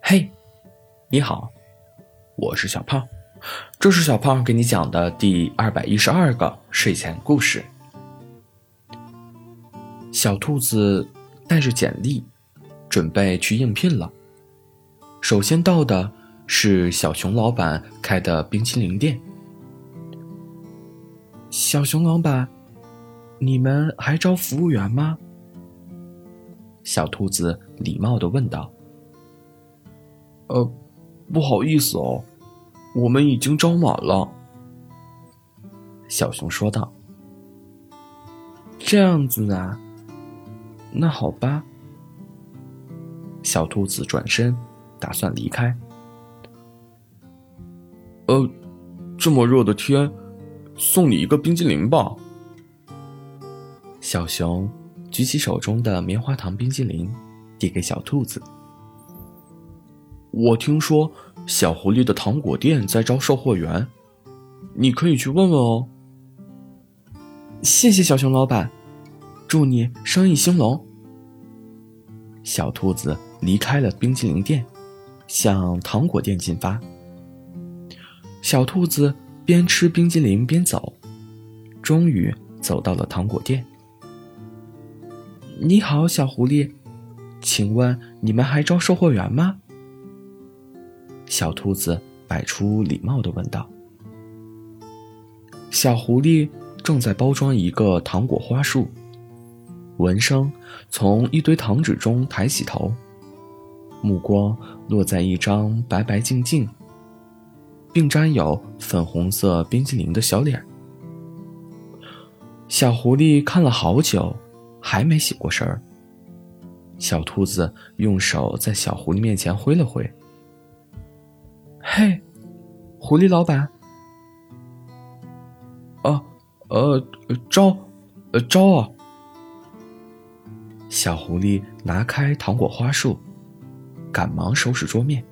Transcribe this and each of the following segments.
嘿，你好，我是小胖，这是小胖给你讲的第212个睡前故事。小兔子带着简历，准备去应聘了。首先到的是小熊老板开的冰淇淋店。小熊老板，你们还招服务员吗？小兔子礼貌地问道。 不好意思哦，我们已经招满了。 小熊说道。这样子啊，那好吧。小兔子转身打算离开。 这么热的天，送你一个冰激凌吧。 小熊举起手中的棉花糖冰激凌，递给小兔子。 我听说小狐狸的糖果店在招售货员，你可以去问问哦。 谢谢小熊老板，祝你生意兴隆。小兔子离开了冰淇淋店，向糖果店进发。小兔子边吃冰激凌边走，终于走到了糖果店。你好，小狐狸，请问你们还招售货员吗？小兔子摆出礼貌地问道。小狐狸正在包装一个糖果花束，文生从一堆糖纸中抬起头，目光落在一张白白净净并沾有粉红色冰淇淋的小脸。小狐狸看了好久，还没醒过神儿。小兔子用手在小狐狸面前挥了挥。嘿，狐狸老板。 招啊。 小狐狸拿开糖果花束，赶忙收拾桌面。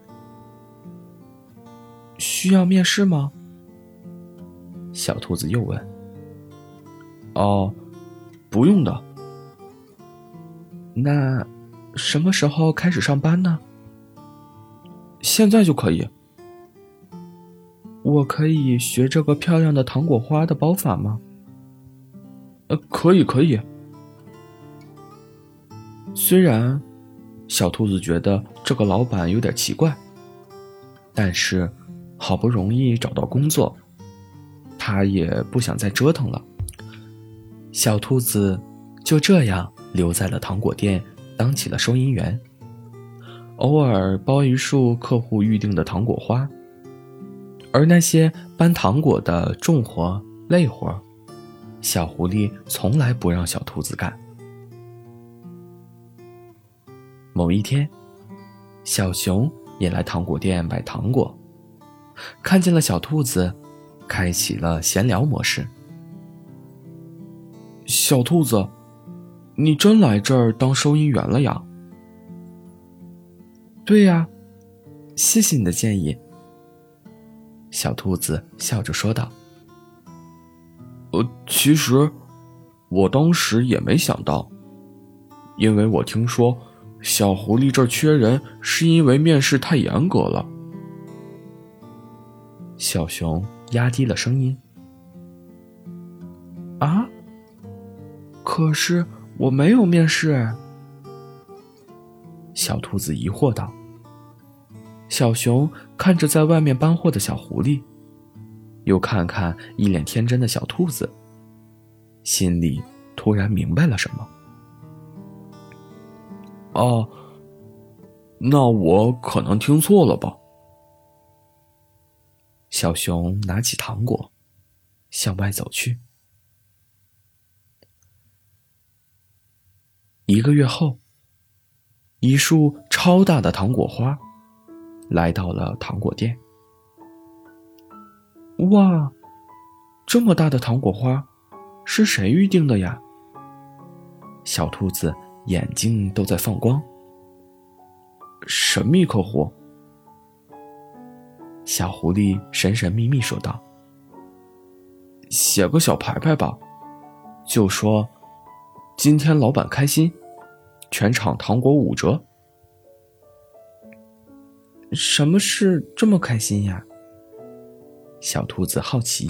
需要面试吗？小兔子又问。 不用的。 那什么时候开始上班呢？ 现在就可以。 我可以学这个漂亮的糖果花的包法吗？ 可以。 虽然小兔子觉得这个老板有点奇怪，但是好不容易找到工作，他也不想再折腾了。小兔子就这样留在了糖果店，当起了收银员，偶尔包一束客户预定的糖果花。而那些搬糖果的重活累活，小狐狸从来不让小兔子干。某一天，小熊也来糖果店买糖果，看见了小兔子，开启了闲聊模式。 小兔子，你真来这儿当收银员了呀？ 对呀，谢谢你的建议。小兔子笑着说道。 其实我当时也没想到，因为我听说小狐狸这儿缺人是因为面试太严格了。 小熊压低了声音。啊？可是我没有面试。小兔子疑惑道。小熊看着在外面搬货的小狐狸，又看看一脸天真的小兔子，心里突然明白了什么。 那我可能听错了吧。 小熊拿起糖果向外走去。1个月后，一束超大的糖果花来到了糖果店。哇，这么大的糖果花，是谁预定的呀？小兔子眼睛都在放光。 神秘客户。 小狐狸神神秘秘说道。 写个小牌牌吧，就说今天老板开心，全场糖果5折。 什么事这么开心呀？小兔子好奇。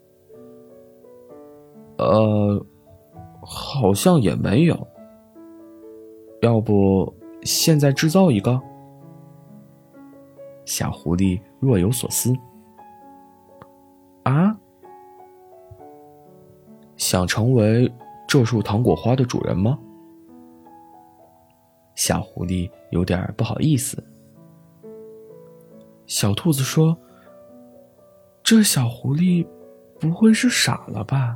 好像也没有。要不现在制造一个？ 小狐狸若有所思。 啊？想成为这束糖果花的主人吗？ 小狐狸有点不好意思。 小兔子说：“这小狐狸不会是傻了吧？”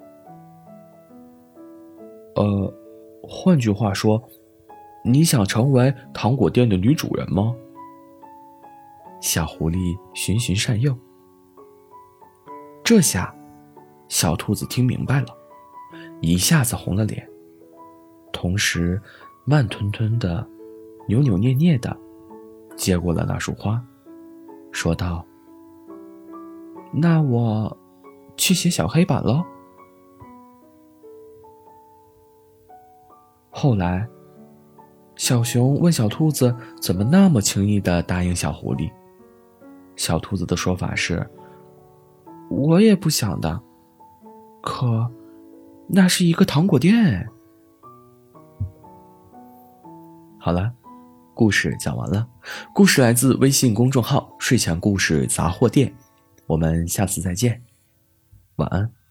换句话说，你想成为糖果店的女主人吗？ 小狐狸循循善诱。这下，小兔子听明白了，一下子红了脸，同时慢吞吞的、扭扭捏捏的接过了那束花，说道：“那我去写小黑板喽。”后来，小熊问小兔子怎么那么轻易地答应小狐狸。小兔子的说法是：“我也不想的，可那是一个糖果店。”好了，故事讲完了。故事来自微信公众号睡前故事杂货店，我们下次再见，晚安。